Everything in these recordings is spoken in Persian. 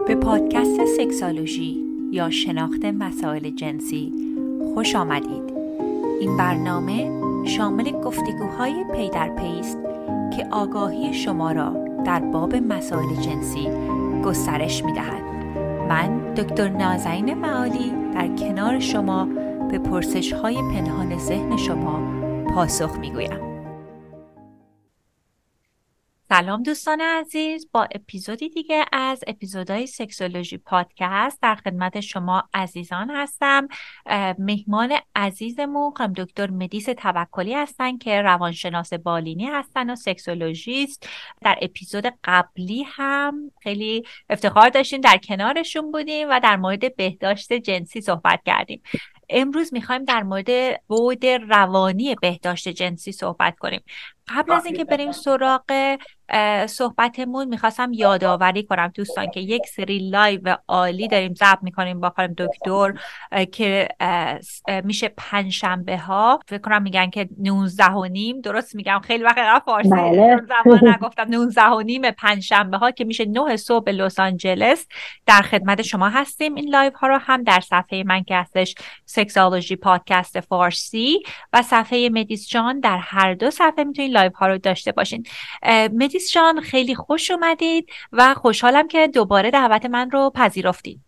به پادکست سکسولوژی یا شناخت مسائل جنسی خوش آمدید. این برنامه شامل گفتگوهای پی در پی است که آگاهی شما را در باب مسائل جنسی گسترش می‌دهد. من دکتر نازنین معالی در کنار شما به پرسش‌های پنهان ذهن شما پاسخ می‌گویم. سلام دوستان عزیز، با اپیزودی دیگه از اپیزودهای سکسولوژی پادکست در خدمت شما عزیزان هستم. مهمان عزیزمون خانم دکتر مدیس توکلی هستن که روانشناس بالینی هستن و سکسولوژیست. در اپیزود قبلی هم خیلی افتخار داشتیم در کنارشون بودیم و در مورد بهداشت جنسی صحبت کردیم. امروز میخوایم در مورد بعد روانی بهداشت جنسی صحبت کنیم. قبل از اینکه بریم سراغ صحبتمون میخواستم یادآوری کنم دوستان که یک سری لایو عالی داریم ضبط میکنیم با خانم دکتر که میشه پنجشنبه ها، فکر کنم میگن که 19:30، درست میگم؟ خیلی وقت فارسی زمان نگفتم. 19:30 پنجشنبه ها که میشه 9 صبح به لس آنجلس در خدمت شما هستیم. این لایو ها رو هم در صفحه من که هستش سکسولوژی پادکست فارسی و صفحه مدیس جان، در هر دو صفحه میتونید لایو ها رو داشته باشین. مدیس جان خیلی خوش اومدید و خوشحالم که دوباره دعوت من رو پذیرفتید.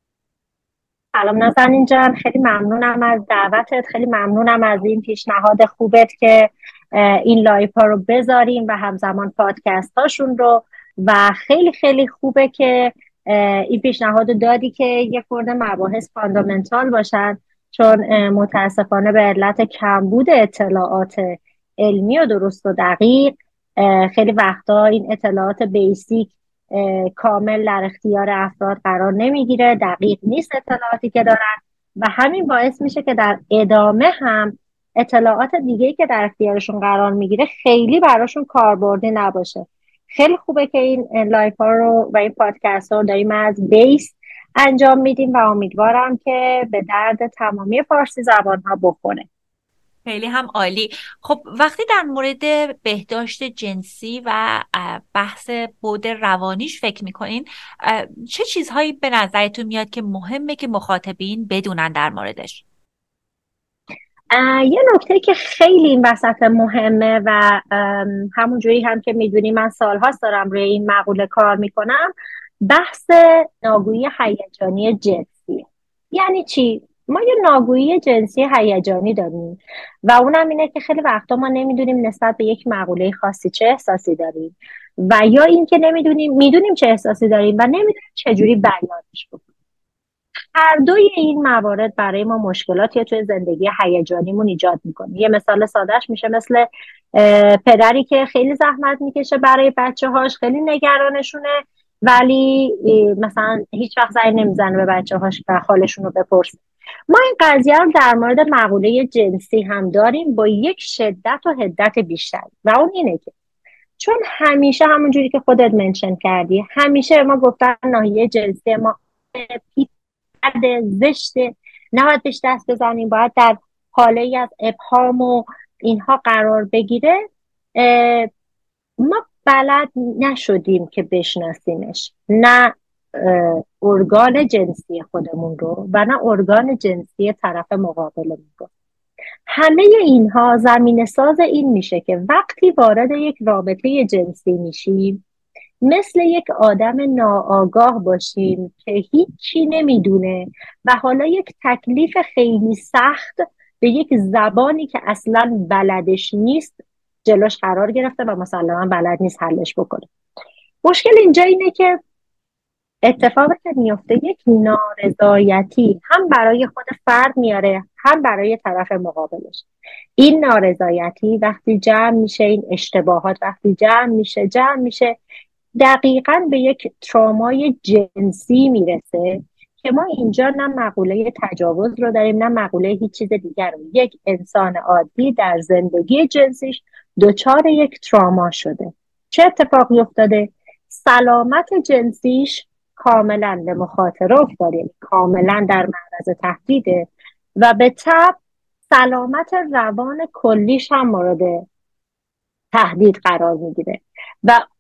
سلام نازنین جان، خیلی ممنونم از دعوتت، خیلی ممنونم از این پیشنهاد خوبت که این لایو ها رو بذاریم و همزمان پادکست هاشون رو، و خیلی خیلی خوبه که این پیشنهاد رو دادی که یه خورده مباحث فاندامنتال باشن، چون متاسفانه به علت کمبود اطلاعات علمی و درست و دقیق خیلی وقتا این اطلاعات بیسیک کامل در اختیار افراد قرار نمیگیره، دقیق نیست اطلاعاتی که دارن و همین باعث میشه که در ادامه هم اطلاعات دیگه‌ای که در اختیارشون قرار میگیره خیلی براشون کاربردی نباشه. خیلی خوبه که این لایف ها رو و این پادکست ها رو داریم از بیس انجام میدیم و امیدوارم که به درد تمامی فارسی زبان ها بخوره. خیلی هم عالی. خب وقتی در مورد بهداشت جنسی و بحث بعد روانیش فکر میکنین، چه چیزهایی به نظرتون میاد که مهمه که مخاطبین بدونن در موردش؟ یه نکته که خیلی این وسط مهمه و همونجوری هم که میدونی من سالهاست دارم روی این مقوله کار میکنم، بحث ناگویی هیجانی جنسی. یعنی چی؟ ما یه ناگویی جنسی هیجانی داریم و اونم اینه که خیلی وقتا ما نمیدونیم نسبت به یک مقوله خاصی چه احساسی داریم و یا اینکه میدونیم چه احساسی داریم و نمیدونیم چجوری بیانش بکنیم. هر دوی این موارد برای ما مشکلاتی توی زندگی هیجانیمون ایجاد میکنه. یه مثال سادهش میشه مثل پدری که خیلی زحمت میکشه برای بچه‌هاش، خیلی نگرانشونه، ولی مثلا هیچ وقت زنگ نمیزنه به بچه‌هاش و حالشون رو بپرسه. ما این قضیه رو در مورد مقوله جنسی هم داریم با یک شدت و حدت بیشتر و اون اینه که چون همیشه همونجوری که خودت منشن کردی، همیشه ما گفتن ناحیه جنسی ما زشته، نباید بهش دست بزنیم، باید در حاله ای از ابهام و اینها قرار بگیره. ما بلد نشدیم که بشناسیمش، نه ارگان جنسی خودمون رو و نه ارگان جنسی طرف مقابلمون رو. همه اینها زمینه ساز این میشه که وقتی وارد یک رابطه جنسی میشیم مثل یک آدم ناآگاه باشیم که هیچی نمیدونه و حالا یک تکلیف خیلی سخت به یک زبانی که اصلا بلدش نیست جلوش قرار گرفته و مسلما بلد نیست حلش بکنه. مشکل اینجا اینه که اتفاقی که میفته یک نارضایتی هم برای خود فرد میاره هم برای طرف مقابلش. این نارضایتی وقتی جمع میشه، این اشتباهات وقتی جمع میشه دقیقاً به یک ترومای جنسی میرسه که ما اینجا نه مقوله تجاوز رو داریم نه مقوله هیچ چیز دیگر رو. یک انسان عادی در زندگی جنسیش دچار یک تروما شده. چه اتفاقی افتاده؟ سلامت جنسیش کاملاً به مخاطره افتاده، کاملاً در معرض تهدیده و به تبع سلامت روان کلیش هم مورد تهدید قرار میگیره و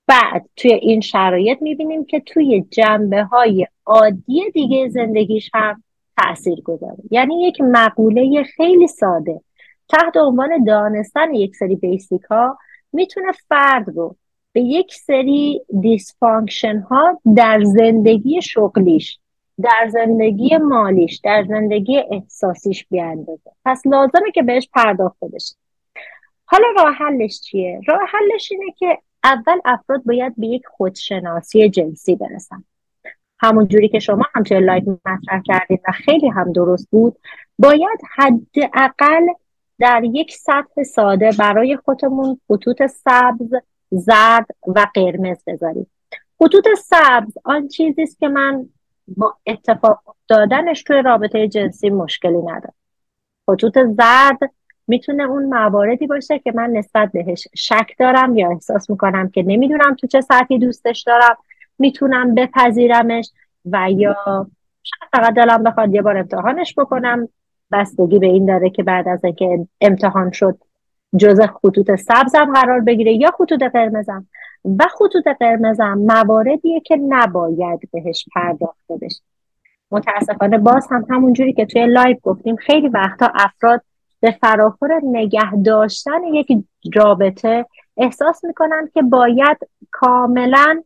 بعد توی این شرایط میبینیم که توی جنبه‌های عادی دیگه زندگیش هم تأثیر گذاره. یعنی یک مقوله خیلی ساده تحت عنوان دانستن یک سری بیسیک ها میتونه فرد رو به یک سری دیسفانکشن ها در زندگی شغلیش، در زندگی مالیش، در زندگی احساسیش بیاندازه. پس لازمه که بهش پرداخته بشه. حالا راه حلش چیه؟ راه حلش اینه که اول افراد باید به یک خودشناسی جنسی برسن. همون جوری که شما هم توی لایو مطرح کردید و خیلی هم درست بود، باید حداقل در یک سطح ساده برای خودمون خطوط سبز، زرد و قرمز بذاریم. خطوط سبز آن چیزی است که من با اتفاق افتادنش توی رابطه جنسی مشکلی ندارم. خطوط زرد میتونه اون مواردی باشه که من نسبت بهش شک دارم یا احساس میکنم که نمیدونم تو چه سطحی دوستش دارم، میتونم بپذیرمش و یا شاید فقط دلم بخواد یه بار امتحانش بکنم. بستگی به این داره که بعد از اینکه امتحان شد جزء خطوط سبزم قرار بگیره یا خطوط قرمزم. و خطوط قرمزم مواردیه که نباید بهش پرداخته بشه. متاسفانه باز هم همونجوری که توی لایو گفتیم خیلی وقتا افراد به فراخور نگه داشتن یک رابطه احساس میکنن که باید کاملا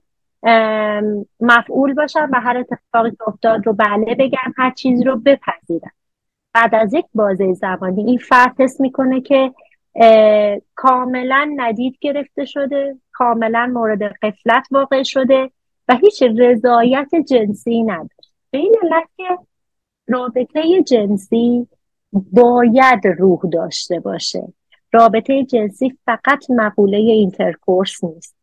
مفعول باشن و هر اتفاقی که افتاد رو بله بگن، هر چیز رو بپذیرن. بعد از یک بازه زمانی این فرد حس میکنه که کاملا ندید گرفته شده، کاملا مورد غفلت واقع شده و هیچ رضایت جنسی نداره. به این علت که رابطه جنسی باید روح داشته باشه. رابطه جنسی فقط مقوله اینترکورس نیست.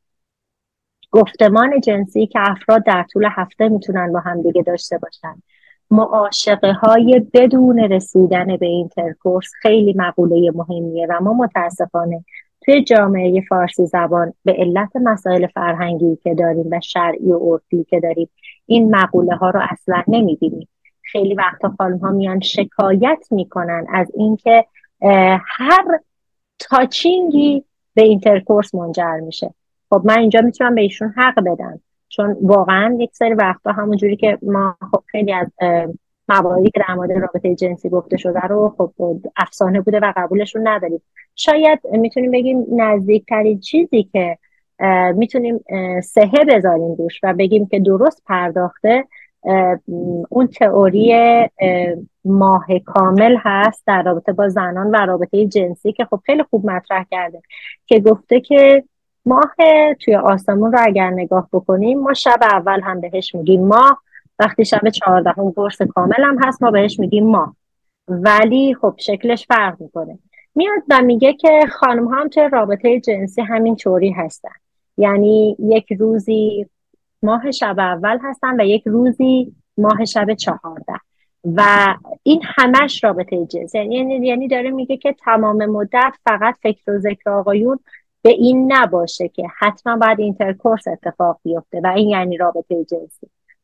گفتمان جنسی که افراد در طول هفته میتونن با هم دیگه داشته باشن، معاشقه های بدون رسیدن به اینترکورس خیلی مقوله مهمیه و ما متاسفانه توی جامعه فارسی زبان به علت مسائل فرهنگی که داریم و شرعی و عرفی که داریم این مقوله ها رو اصلا نمیبینیم. خیلی وقتا خانم ها میان شکایت میکنن از اینکه هر تاچینگی به اینترکورس منجر میشه. خب من اینجا میتونم به ایشون حق بدم، چون واقعا یک سری وقتا همونجوری که ما خب خیلی از مواردی که در مورد رابطه جنسی گفته شده رو خب افسانه بوده و قبولشون نداریم. شاید میتونیم بگیم نزدیکترین چیزی که میتونیم سهه بذاریم روش و بگیم که درست پرداخته اون تئوری ماه کامل هست در رابطه با زنان و رابطه جنسی که خب خیلی خوب مطرح کرده که گفته که ماه توی آسمون رو اگر نگاه بکنیم ما شب اول هم بهش میگیم ماه، وقتی شب 14 قرص کامل هم هست ما بهش میگیم ماه، ولی خب شکلش فرق میکنه. میاد و میگه که خانم هم توی رابطه جنسی همین طوری هستن، یعنی یک روزی ماه شب اول هستن و یک روزی ماه شب 14 و این همش رابطه جنسی. یعنی داره میگه که تمام مدت فقط فکر و ذکر آقایون به این نباشه که حتما باید اینترکورس اتفاق بیفته و این یعنی رابطه جنسی.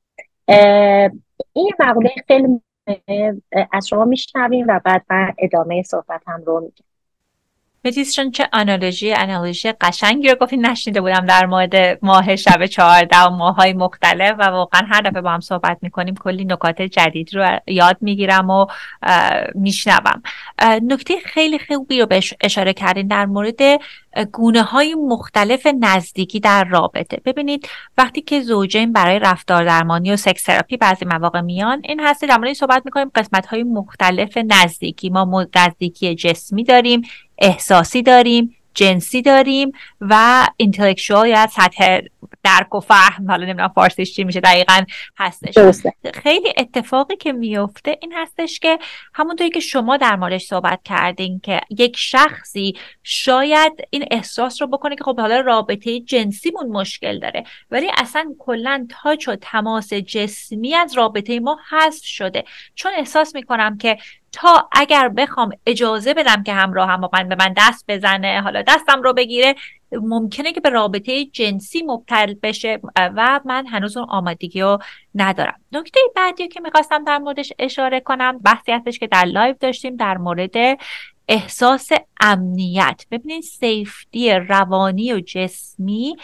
این مقوله خیلی از شما میشنویم و بعد من ادامه صحبت هم رو میگم. متیسشون چه آنالوژی قشنگی رو گفتین، نشنیده بودم در مورد ماه شب 14 و ماهای مختلف و واقعا هر دفعه با هم صحبت میکنیم کلی نکات جدید رو یاد میگیرم و میشنوم. نکته خیلی خوبی رو بهش اشاره کردین در مورد گونه های مختلف نزدیکی در رابطه. ببینید وقتی که زوجین برای رفتار درمانی و سکس تراپی بعضی مواقع میان، این هستی در مورد صحبت میکنیم قسمت های مختلف نزدیکی. ما نزدیکی جسمی داریم، احساسی داریم، جنسی داریم و اینتלקچوال یا سطح درک و فهم، حالا نمیدونم فارسیش چی میشه دقیقاً هستش. درسته. خیلی اتفاقی که میفته این هستش که همونطوری که شما در موردش صحبت کردین که یک شخصی شاید این احساس رو بکنه که خب حالا رابطه جنسیمون مشکل داره، ولی اصلا کلاً تاچ و تماس جسمی از رابطه ما حذف شده، چون احساس میکنم که تا اگر بخوام اجازه بدم که همراهم واقعا به من دست بزنه، حالا دستم رو بگیره، ممکنه که به رابطه جنسی مبتلا بشه و من هنوز اون آمادگی رو ندارم. نکته بعدی که میخواستم در موردش اشاره کنم بحثی هستش که در لایو داشتیم در مورد احساس امنیت. ببینید سیفتی روانی و جسمی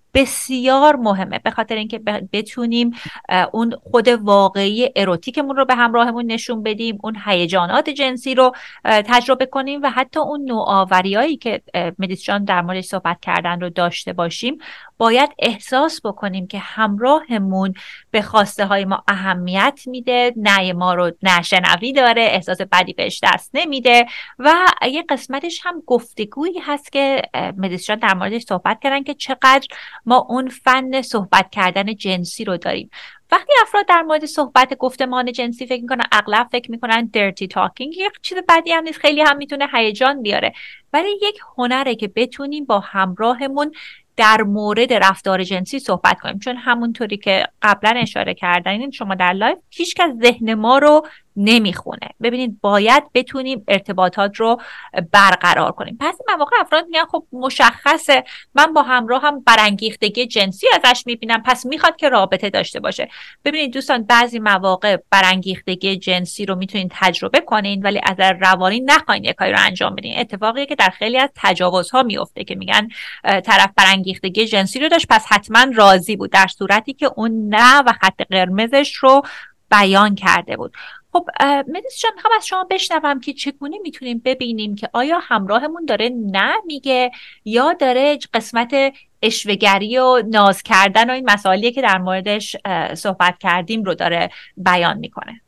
بسیار مهمه، به خاطر اینکه بتونیم اون خود واقعی اروتیکمون رو به همراهمون نشون بدیم، اون هیجانات جنسی رو تجربه کنیم و حتی اون نوآوریایی که ملیس جان در موردش صحبت کردن رو داشته باشیم. باید احساس بکنیم که همراهمون به خواسته های ما اهمیت میده، نه ما رو نشنوی داره، احساس بدی بهش دست نمیده. و یه قسمتش هم گفتگویی هست که ملیس جان در موردش صحبت کردن که چقدر ما اون فن صحبت کردن جنسی رو داریم. وقتی افراد در مورد صحبت گفتمان جنسی فکر میکنن، اغلب فکر میکنن dirty talking یک چیز بدی هم نیست، خیلی هم میتونه هیجان بیاره، ولی یک هنره که بتونیم با همراهمون در مورد رفتار جنسی صحبت کنیم. چون همونطوری که قبلا اشاره کردین شما در لایو، هیچکس ذهن ما رو نمیخونه. ببینید باید بتونیم ارتباطات رو برقرار کنیم. پس این مواقع افراد میگن خب مشخصه من با همراهم برانگیختگی جنسی ازش میبینم، پس میخواد که رابطه داشته باشه. ببینید دوستان، بعضی مواقع برانگیختگی جنسی رو میتونید تجربه کنین ولی از روانی نخواین یک کاری رو انجام بدین. اتفاقیه که در خیلی از تجاوزها میفته که میگن طرف برانگیختگی جنسی رو داشت پس حتما راضی بود، در صورتی که اون نه و خط قرمزش رو بیان کرده بود. خب ملیس جان، میخوام از شما بشنوم که چگونه میتونیم ببینیم که آیا همراهمون داره نه میگه یا داره قسمت اشوه‌گری و ناز کردن و این مسائلیه که در موردش صحبت کردیم رو داره بیان میکنه.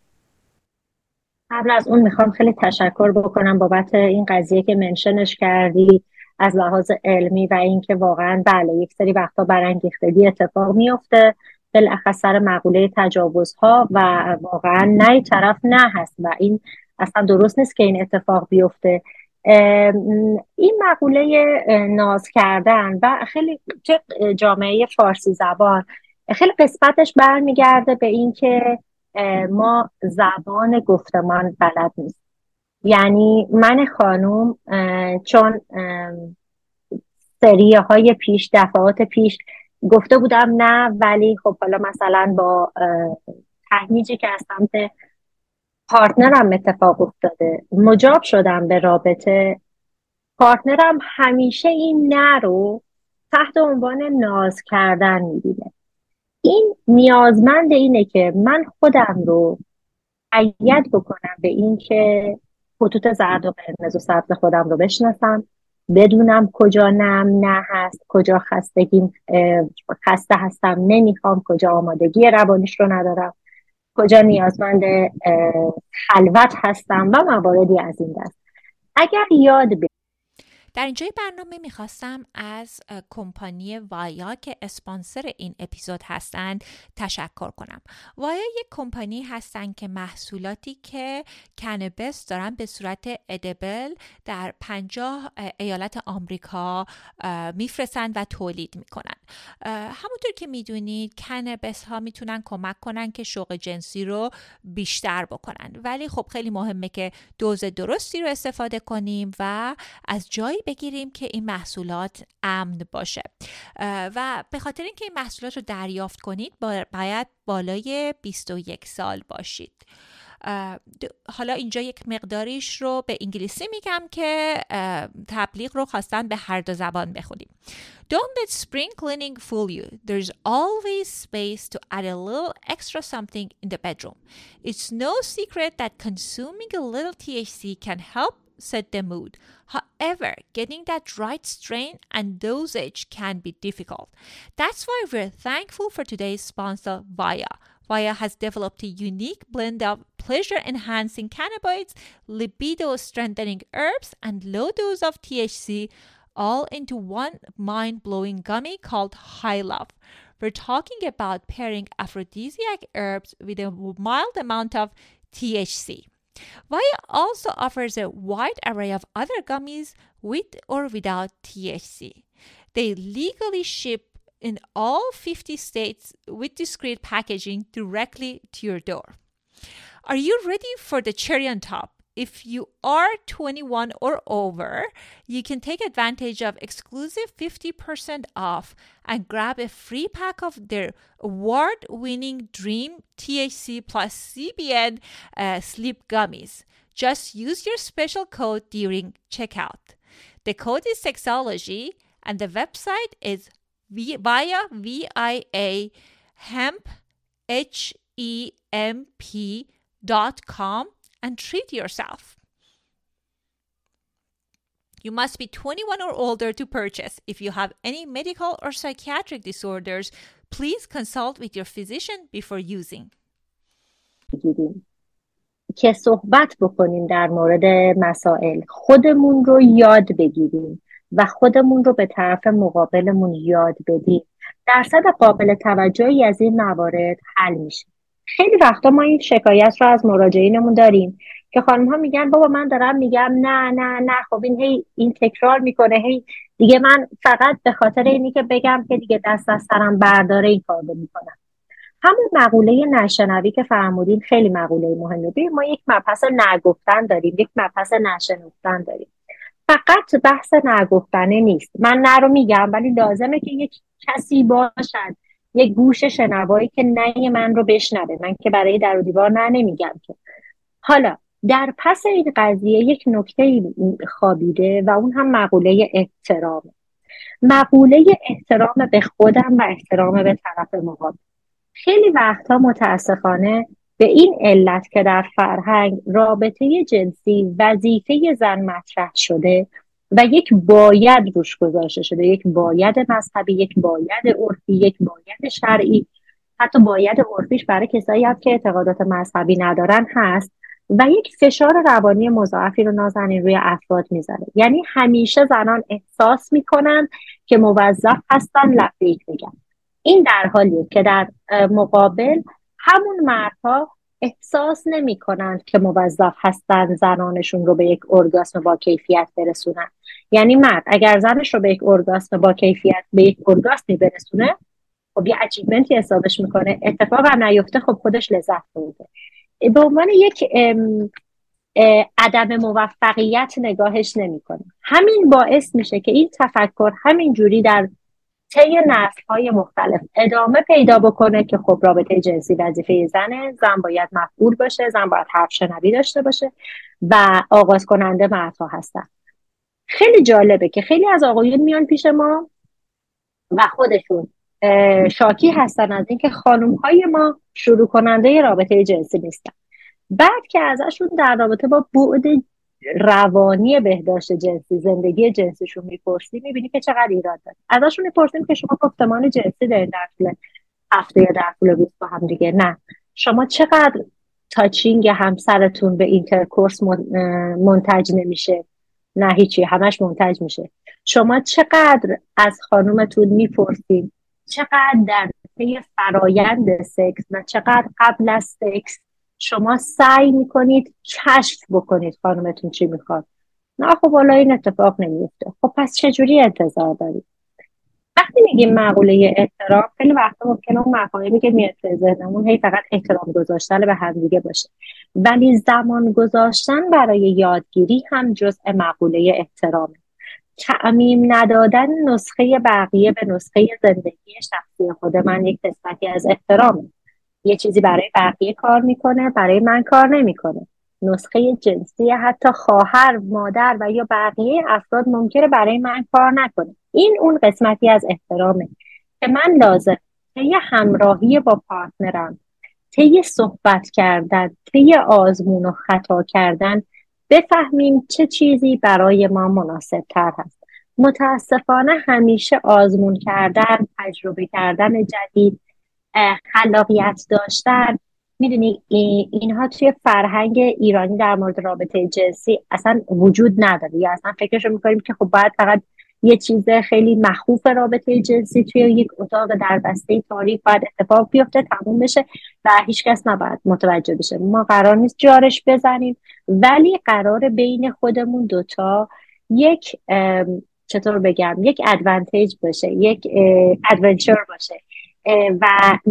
قبل از اون میخوام خیلی تشکر بکنم بابت این قضیه که منشنش کردی از لحاظ علمی و اینکه واقعا بله یک سری وقتا برانگیختگی اتفاق میفته بالاخص سر مقوله تجاوزها و واقعا نه طرف نه هست و این اصلا درست نیست که این اتفاق بیفته. این مقوله ناز کردن و خیلی چه جامعه فارسی زبان خیلی قسمتش برمیگرده به اینکه ما زبان گفتمان بلد نیست. یعنی من خانوم چون سریه های پیش دفعات پیش گفته بودم نه، ولی خب حالا مثلا با تهییجی که از سمت پارتنرم اتفاق افتاده مجاب شدم به رابطه، پارتنرم همیشه این نه رو تحت عنوان ناز کردن میبینه. این نیازمند اینه که من خودم رو تأیید بکنم به این که خطوط زرد و قرمز و سبز خودم رو بشناسم، بدونم کجا نه هست، کجا خسته هستم نمیخوام، کجا آمادگی روانیش رو ندارم، کجا نیازمند خلوت هستم و مواردی از این دست. اگر یاد در اینجای برنامه میخواستم از کمپانی وایا که اسپانسر این اپیزود هستند تشکر کنم. وایا یک کمپانی هستند که محصولاتی که کنابس دارن به صورت ادبل در 50 ایالت آمریکا میفرستن و تولید میکنن. همونطور که میدونید کنابس ها میتونن کمک کنن که شوق جنسی رو بیشتر بکنن، ولی خب خیلی مهمه که دوز درستی رو استفاده کنیم و از جایی بگیریم که این محصولات امن باشه. و به خاطر اینکه این محصولات رو دریافت کنید باید بالای 21 سال باشید. حالا اینجا یک مقداریش رو به انگلیسی میگم که تبلیغ رو خواستن به هر دو زبان بخونیم. Don't let spring cleaning fool you. There's always space to add a little extra something in the bedroom. It's no secret that consuming a little THC can help set the mood. However, getting that right strain and dosage can be difficult. That's why we're thankful for today's sponsor, Vaya. Vaya has developed a unique blend of pleasure-enhancing cannabinoids, libido-strengthening herbs, and low dose of THC, all into one mind-blowing gummy called High Love. We're talking about pairing aphrodisiac herbs with a mild amount of THC. Vaya also offers a wide array of other gummies with or without THC. They legally ship in all 50 states with discreet packaging directly to your door. Are you ready for the cherry on top? If you are 21 or over, you can take advantage of exclusive 50% off and grab a free pack of their award-winning Dream THC plus CBN sleep gummies. Just use your special code during checkout. The code is Sexology and the website is via VIA hemp HEMP.com and treat yourself. You must be 21 or older to purchase. If you have any medical or psychiatric disorders, please consult with your physician before using. که صحبت بکنیم در مورد مسائل، خودمون رو یاد بگیریم و خودمون رو به طرف مقابلمون یاد بدیم، درصد قابل توجهی از این موارد حل میشه. خیلی وقتا ما این شکایت رو از مراجعینمون داریم که خانم ها میگن بابا من دارم میگم نه نه نه، خب این تکرار میکنه، هی دیگه من فقط به خاطر اینی که بگم که دیگه دست از سرم برداره این کار رو میکنم. همون مقوله نشنوی که فرمودین خیلی مقوله مهمه. ما یک مبحث نگفتن داریم، یک مبحث نشنفتن داریم. فقط بحث نگفتنه نیست. من نه رو میگم، ولی لازمه که یک کسی باشد، یک گوش شنوایی که نه من رو بشنوه. من که برای در و دیوار نه نمیگم که. حالا در پس این قضیه یک نکته خوابیده و اون هم مقوله احترام. مقوله احترام به خودم و احترام به طرف مقابل. خیلی وقتها متاسفانه به این علت که در فرهنگ رابطه جنسی وظیفه زن مطرح شده و یک باید روش گذاشته شده، یک باید مذهبی، یک باید عرفی، یک باید شرعی، حتی باید عرفیش برای کسایی هم که اعتقادات مذهبی ندارن هست و یک فشار روانی مضاعفی رو نازنین روی افراد میذاره. یعنی همیشه زنان احساس میکنن که موظف هستن لبیک بگن. این در حالیه که در مقابل همون مردها احساس نمی کنند که موظف هستن زنانشون رو به یک ارگاسم با کیفیت برسونن. یعنی مرد اگر زنش رو به یک ارگاسم با کیفیت، به یک ارگاسمی برسونه، خب یه اچیومنتی حسابش میکنه، اتفاق هم نیفته، خب خودش لذت برده. به عنوان یک عدم موفقیت نگاهش نمیکنه. همین باعث میشه که این تفکر همین جوری در طی نسل‌های مختلف ادامه پیدا بکنه که خب رابطه جنسی وظیفه زنه، زن باید مفعول باشه، زن باید حرف شنوی داشته باشه و آغاز کننده مردها هستن. خیلی جالبه که خیلی از آقایون میان پیش ما و خودشون شاکی هستن از اینکه خانم‌های ما شروع کننده رابطه جنسی نیستن. بعد که ازشون در رابطه با بعد روانی بهداشت جنسی، زندگی جنسیشون میپرسیم، میبینی که چقدر ایراد داره. ازشون میپرسیم که شما گفتمان جنسی دارید در طول هفته یا در طول روز با هم دیگه؟ نه. شما چقدر تاچینگ همسرتون به اینترکورس منتج نمیشه؟ نه هیچی، همش منتج میشه. شما چقدر از خانومتون میپرسید چقدر در طی فرایند سکس و چقدر قبل از سکس شما سعی میکنید کشف بکنید خانمتون چی میخواد؟ نه خب والا این اتفاق نمیفته. خب پس چجوری انتظار دارید؟ وقتی میگیم مقوله احترام، خیلی وقتا ممکنه اون مفاهیمی که میاد تو ذهنمون هی فقط احترام گذاشتن به همدیگه باشه، ولی زمان گذاشتن برای یادگیری هم جزء مقوله احترامه. تعمیم ندادن نسخه بقیه به نسخه زندگی شخصی خود من یک قسمتی از احترامه. یه چیزی برای بقیه کار میکنه، برای من کار نمیکنه. نسخه جنسی حتی خواهر، مادر و یا بقیه افراد ممکنه برای من کار نکنه. این اون قسمتی از احترامه که من لازم طی همراهی با پارتنرم، طی صحبت کردن، طی آزمون و خطا کردن بفهمیم چه چیزی برای ما مناسب تر هست. متاسفانه همیشه آزمون کردن، تجربه کردن جدید، خلاقیت داشتن، میدونی اینها توی فرهنگ ایرانی در مورد رابطه جنسی اصلا وجود نداره. یا اصلا فکرشو میکنیم که خب باید فقط یه چیز خیلی مخوف رابطه جنسی توی یک اتاق در بسته تاریک باید اتفاق بیفته، تموم بشه و هیچکس نباید متوجه بشه. ما قرار نیست جارش بزنیم، ولی قرار بین خودمون دوتا یک چطور بگم، یک ادوانتیج باشه، یک ادونچر باشه و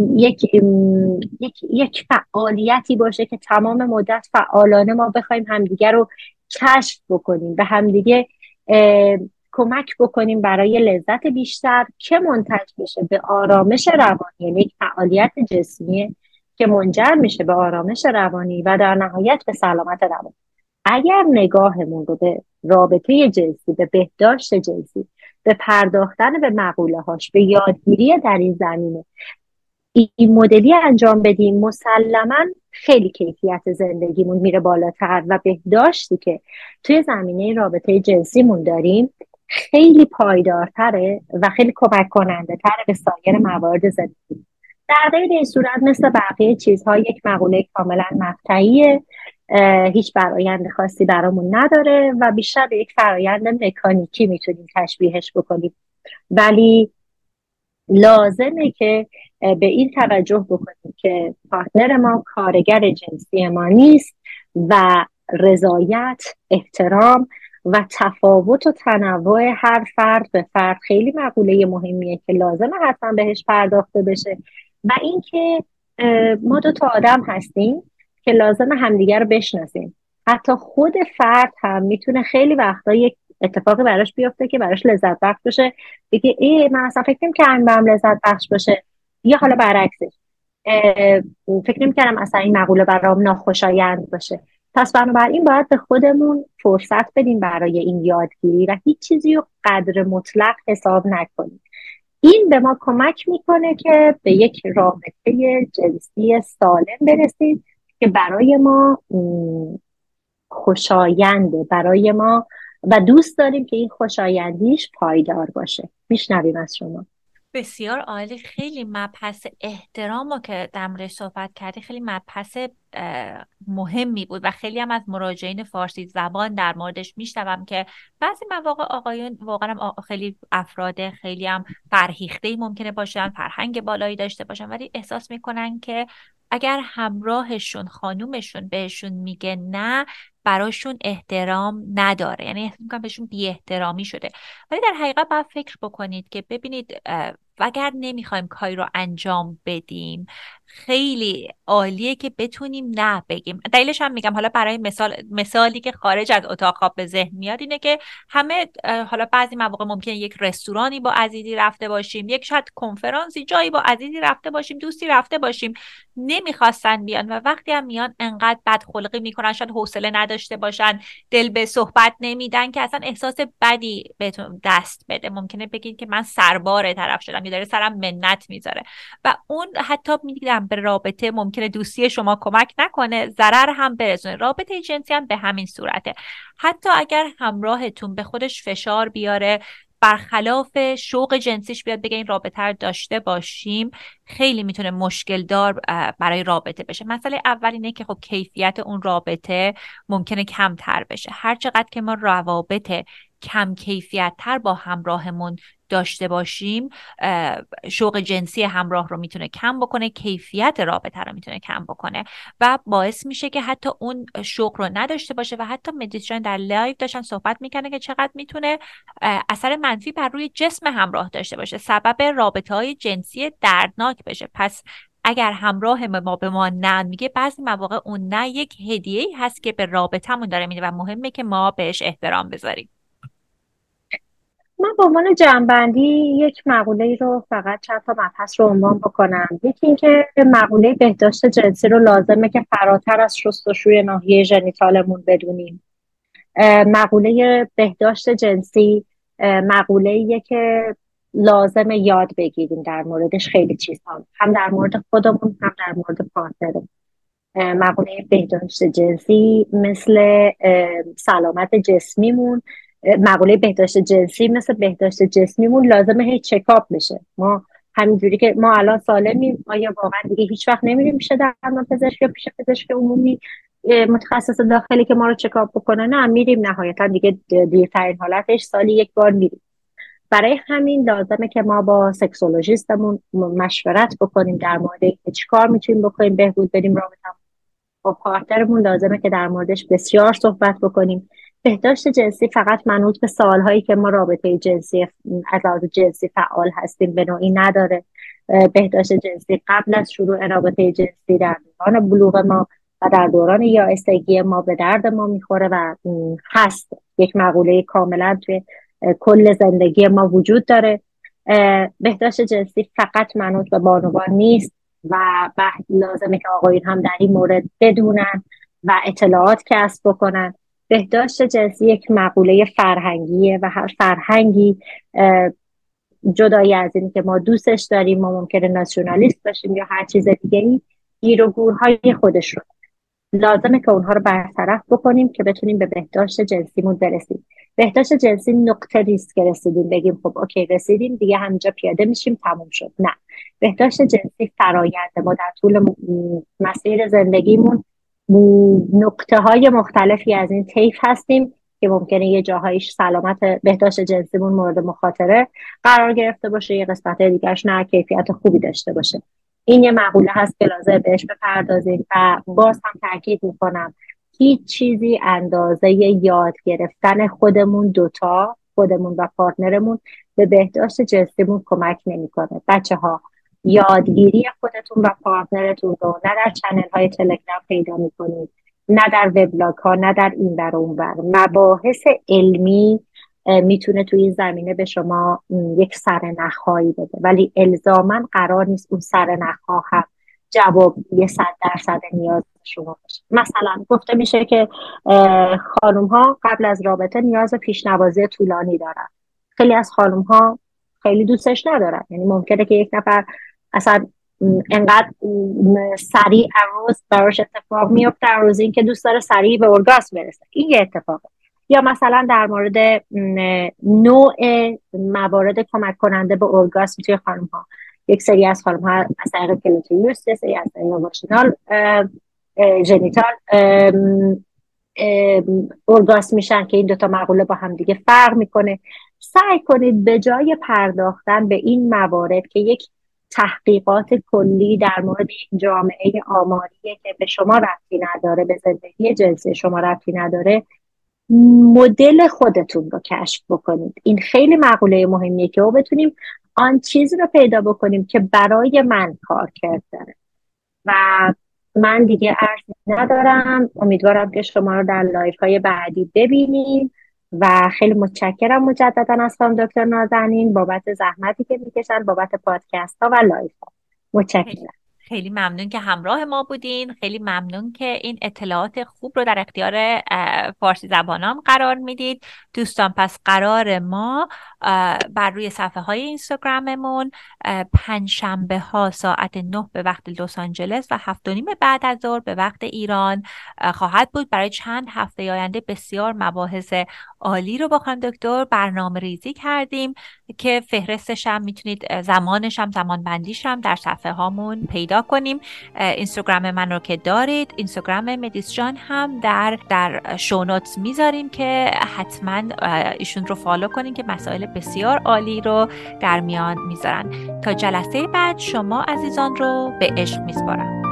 یک فعالیتی باشه که تمام مدت فعالانه ما بخوایم همدیگه رو کشف بکنیم، به همدیگه کمک بکنیم برای لذت بیشتر که منتج بشه به آرامش روانی. یعنی یک فعالیت جسمی که منجر میشه به آرامش روانی و در نهایت به سلامت روانی. اگر نگاهمون رو به رابطه جنسی، به بهداشت جنسی به پرداختن به مقوله هاش، به یادگیری در این زمینه این مدلی انجام بدیم، مسلما خیلی کیفیت زندگیمون میره بالاتر و بهداشتی که توی زمینه رابطه جنسیمون داریم خیلی پایدارتره و خیلی کمک کننده تره به سایر موارد زندگی. در غیر این صورت مثل بقیه چیزها یک مقوله کاملا مقطعیه، هیچ برآیند خاصی برامون نداره و بیشتر به یک فرآیند مکانیکی میتونیم تشبیهش بکنیم. ولی لازمه که به این توجه بکنیم که پارتنر ما کارگر جنسی ما نیست و رضایت، احترام و تفاوت و تنوع هر فرد به فرد خیلی مقوله مهمیه که لازمه حتما بهش پرداخته بشه. و اینکه ما دو تا آدم هستیم که لازمه همدیگر رو بشناسیم. حتی خود فرد هم میتونه خیلی وقتا یک اتفاقی براش بیفته که براش لذت بخش بشه، بگه من اصلا فکر نمی‌کردم برام لذت بخش باشه، یا حالا برعکسش فکر نمی‌کردم اصلا این مقوله برام ناخوشایند باشه. پس بنابراین باید به خودمون فرصت بدیم برای این یادگیری و هیچ چیزی رو قدر مطلق حساب نکنیم. این به ما کمک میکنه که به یک رابطه جنسی سالم برسیم که برای ما خوشاینده، برای ما و دوست داریم که این خوشایندیش پایدار باشه. میشنویم از شما. بسیار عالی. خیلی مبحث احترام رو که در موردش صحبت کردی خیلی مبحث مهمی بود و خیلی هم از مراجعین فارسی زبان در موردش میشنوم که بعضی مواقع آقایون واقعا خیلی افراد خیلی هم فرهیخته‌ای ممکنه باشن، فرهنگ بالایی داشته باشن، ولی احساس میکنن که اگر همراهشون خانومشون بهشون میگه نه، براشون احترام نداره، یعنی احساس میکنن بهشون بی احترامی شده. ولی در حقیقت باید فکر بکنید که ببینید اگر نمیخوایم کاری رو انجام بدیم خیلی عالیه که بتونیم نه بگیم. دلیلش هم میگم، حالا برای مثالی که خارج از اتاق خواب به ذهن میاد اینه که همه حالا بعضی مواقع ممکنه یک رستورانی با عزیزی رفته باشیم، یک شاید کنفرانسی جایی با عزیزی رفته باشیم، دوستی رفته باشیم، نمیخواستن بیان و وقتی هم میان انقدر بدخلقی میکنن، شاید حوصله نداشته باشن، دل به صحبت نمیدن که اصلا احساس بدی بهتون دست بده. ممکنه بگید که من سربار طرف شدم یا داره سرم منت میذاره و اون حتی میگم به رابطه ممکنه دوستی شما کمک نکنه، ضرر هم برسونه. رابطه جنسی هم به همین صورته. حتی اگر همراهتون به خودش فشار بیاره، برخلاف شوق جنسیش بیاد بگه این رابطه رو داشته باشیم، خیلی میتونه مشکل دار برای رابطه بشه. مسئله اول اینه که خب کیفیت اون رابطه ممکنه کمتر بشه. هر چقدر که ما روابط کم کیفیت تر با همراهمون داشته باشیم، شوق جنسی همراه رو میتونه کم بکنه، کیفیت رابطه رو میتونه کم بکنه و باعث میشه که حتی اون شوق رو نداشته باشه. و حتی مدیتیشن در لایو داشتن صحبت میکنه که چقدر میتونه اثر منفی بر روی جسم همراه داشته باشه، سبب رابطه های جنسی دردناک بشه. پس اگر همراه ما به ما نه میگه، بعضی مواقع اون نه یک هدیه‌ای هست که به رابطمون داره میده و مهمه که ما بهش احترام بذاریم. من به عنوان جمع‌بندی یک مقوله رو فقط چند تا مبحث رو عنوان بکنم. یکی اینکه مقوله بهداشت جنسی رو لازمه که فراتر از شستشوی ناحیه ژنیتالمون بدونیم. مقوله بهداشت جنسی مقوله‌ایه که لازمه یاد بگیریم در موردش خیلی چیزها، هم در مورد خودمون هم در مورد پارتنرمون. مقوله بهداشت جنسی مثل سلامت جسمیمون، مقوله بهداشت جنسی مثل بهداشت جسمیمون لازمه هی چکاپ بشه. ما همینجوری که ما الان سالمیم، آیا واقعا دیگه هیچ وقت نمیریم پیش دندانپزشک یا پیش پزشک عمومی متخصص داخلی که ما رو چکاپ بکنه؟ نه، میریم نهایتا دیگه دیرترین حالتش سالی یک بار میریم. برای همین لازمه که ما با سکسولوژیستمون مشورت بکنیم در مورد اینکه چیکار میتونیم بکنیم بهبود بدیم رابطه‌مون. با پارتنرمون لازمه که در موردش بسیار صحبت بکنیم. بهداشت جنسی فقط منوط به سالهایی که ما رابطه جنسی از لحاظ جنسی فعال هستیم به نوعی نداره. بهداشت جنسی قبل از شروع رابطه جنسی، در دوران بلوغ ما و در دوران یائسگی ما به درد ما میخوره و هست یک مقوله کاملا توی کل زندگی ما وجود داره. بهداشت جنسی فقط منوط به بانوان نیست و لازمه که آقایون هم در این مورد بدونن و اطلاعات کسب بکنن. بهداشت جنسی یک مقوله فرهنگیه و هر فرهنگی جدای از این که ما دوستش داریم، ما ممکنه ناسیونالیست باشیم یا هر چیز دیگه ای، گیر و گورهای خودش رو لازمه که اونها رو برطرف بکنیم که بتونیم به بهداشت جنسیمون برسیم. بهداشت جنسی نقطه نیست که رسیدیم بگیم خب اوکی رسیدیم دیگه همینجا پیاده میشیم تموم شد. نه، بهداشت جنسی فراینده. ما در طول مسیر زندگیمون نقطه های مختلفی از این طیف هستیم که ممکنه یه جاهایش سلامت بهداشت جنسیمون مورد مخاطره قرار گرفته باشه، یه قسمت دیگرش نه کیفیت خوبی داشته باشه. این یه مقوله هست که لازم بهش بپردازیم و باز هم تاکید میکنم هیچ چیزی اندازه یاد گرفتن خودمون دوتا، خودمون و پارتنرمون، به بهداشت جنسیمون کمک نمیکنه. بچه ها، یادگیری خودتون و پارتنرتون رو نه در چنل های تلگرام پیدا میکنید، نه در وبلاگ ها، نه در این بر اون بر. مباحث علمی میتونه توی این زمینه به شما یک سرنخهایی بده، ولی الزاما قرار نیست اون سرنخها هم جواب یه 100% نیاز شما باشه. مثلا گفته میشه که خانم ها قبل از رابطه نیاز به پیشنوازی طولانی دارن. خیلی از خانم ها خیلی دوستش ندارن، یعنی ممکنه که یک نفر اصلا انقدر سریع عروض براش اتفاق میفته عروض این که دوست داره سریع به ارگاسم برسه. این یه اتفاقه. یا مثلا در مورد نوع موارد کمک کننده به ارگاسم توی خانم ها، یک سری از خانم ها از طریق کلیتوریوس، یک سری از طریق واژینال ژنیتال ارگاسم میشن که این دوتا مقوله با هم دیگه فرق میکنه. سعی کنید به جای پرداختن به این موارد که یک تحقیقات کلی در مورد یک جامعه آماریه که به شما ربطی نداره، به زندگی جنسی شما ربطی نداره، مدل خودتون رو کشف بکنید. این خیلی مقوله مهمیه که بتونیم آن چیزی رو پیدا بکنیم که برای من کار کرده. و من دیگه عرض ندارم، امیدوارم که شما رو در لایف های بعدی ببینیم و خیلی متشکرم مجددا از خانم دکتر نازنین بابت زحمتی که میکشن بابت پادکست ها و لایف ها. متشکرم. خیلی ممنون که همراه ما بودین. خیلی ممنون که این اطلاعات خوب رو در اختیار فارسی زبانان قرار میدید. دوستان پس قرار ما بر روی صفحه های اینستاگراممون پنجشنبه ها ساعت 9 به وقت لس آنجلس و 7:30 بعد از ظهر به وقت ایران خواهد بود. برای چند هفته آینده بسیار مباحث عالی رو با خانم دکتر برنامه ریزی کردیم که فهرستش هم میتونید زمانش هم زمان بندیش هم در صفحه هامون پیدا کنیم. اینستاگرام من رو که دارید، اینستاگرام مدیس جان هم در شونوتس میذاریم که حتما ایشون رو فالو کنین که مسائل بسیار عالی رو در میان میذارن. تا جلسه بعد شما عزیزان رو به عشق میسپارم.